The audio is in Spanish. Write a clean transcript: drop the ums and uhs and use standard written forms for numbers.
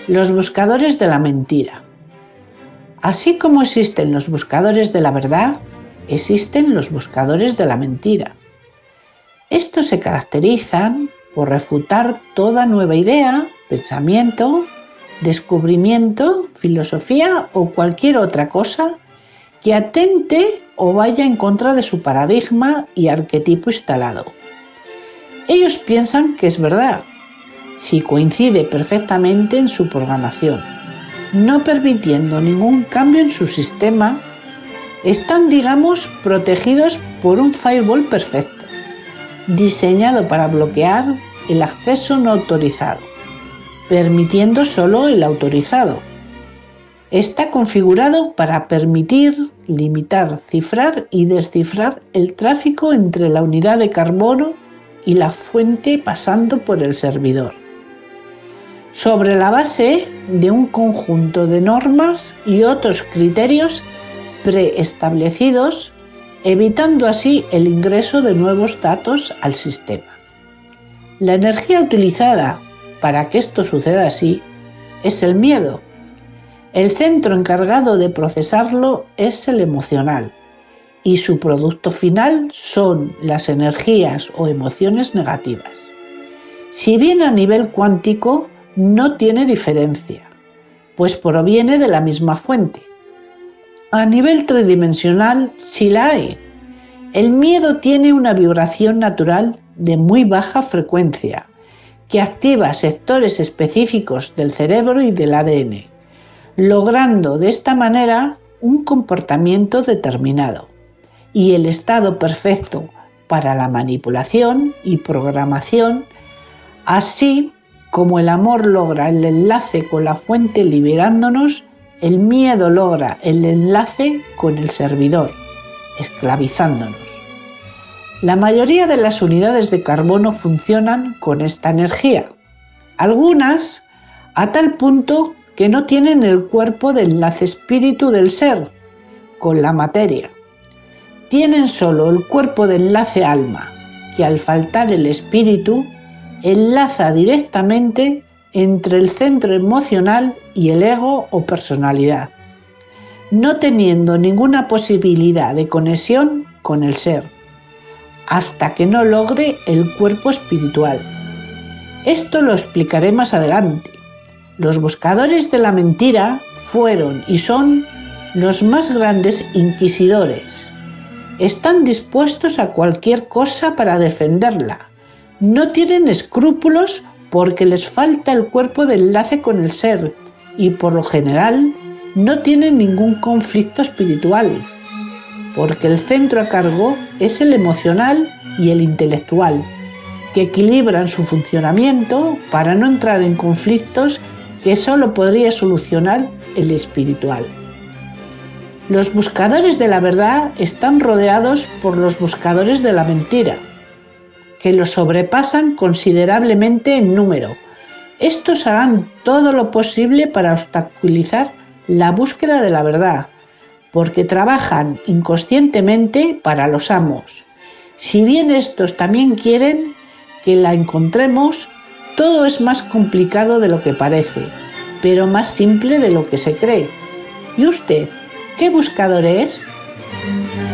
Los buscadores de la mentira. Así como existen los buscadores de la verdad, existen los buscadores de la mentira. Estos se caracterizan por refutar toda nueva idea, pensamiento, descubrimiento, filosofía o cualquier otra cosa que atente o vaya en contra de su paradigma y arquetipo instalado. Ellos piensan que es verdad, si coincide perfectamente en su programación, no permitiendo ningún cambio en su sistema. Están, digamos, protegidos por un firewall perfecto, diseñado para bloquear el acceso no autorizado, permitiendo solo el autorizado. Está configurado para permitir, limitar, cifrar y descifrar el tráfico entre la unidad de carbono y la fuente pasando por el servidor, sobre la base de un conjunto de normas y otros criterios preestablecidos, evitando así el ingreso de nuevos datos al sistema. La energía utilizada para que esto suceda así es el miedo. El centro encargado de procesarlo es el emocional y su producto final son las energías o emociones negativas. Si bien a nivel cuántico no tiene diferencia, pues proviene de la misma fuente. A nivel tridimensional sí la hay. El miedo tiene una vibración natural de muy baja frecuencia, que activa sectores específicos del cerebro y del ADN, logrando de esta manera un comportamiento determinado y el estado perfecto para la manipulación y programación, así como el amor logra el enlace con la fuente liberándonos, el miedo logra el enlace con el servidor, esclavizándonos. La mayoría de las unidades de carbono funcionan con esta energía, algunas a tal punto que no tienen el cuerpo de enlace espíritu del ser con la materia. Tienen solo el cuerpo de enlace alma, que al faltar el espíritu, enlaza directamente entre el centro emocional y el ego o personalidad, no teniendo ninguna posibilidad de conexión con el ser, hasta que no logre el cuerpo espiritual. Esto lo explicaré más adelante. Los buscadores de la mentira fueron y son los más grandes inquisidores. Están dispuestos a cualquier cosa para defenderla. No tienen escrúpulos porque les falta el cuerpo de enlace con el ser y por lo general no tienen ningún conflicto espiritual, porque el centro a cargo es el emocional y el intelectual, que equilibran su funcionamiento para no entrar en conflictos que solo podría solucionar el espiritual. Los buscadores de la verdad están rodeados por los buscadores de la mentira, que los sobrepasan considerablemente en número. Estos harán todo lo posible para obstaculizar la búsqueda de la verdad, porque trabajan inconscientemente para los amos. Si bien estos también quieren que la encontremos, todo es más complicado de lo que parece, pero más simple de lo que se cree. ¿Y usted, qué buscador es?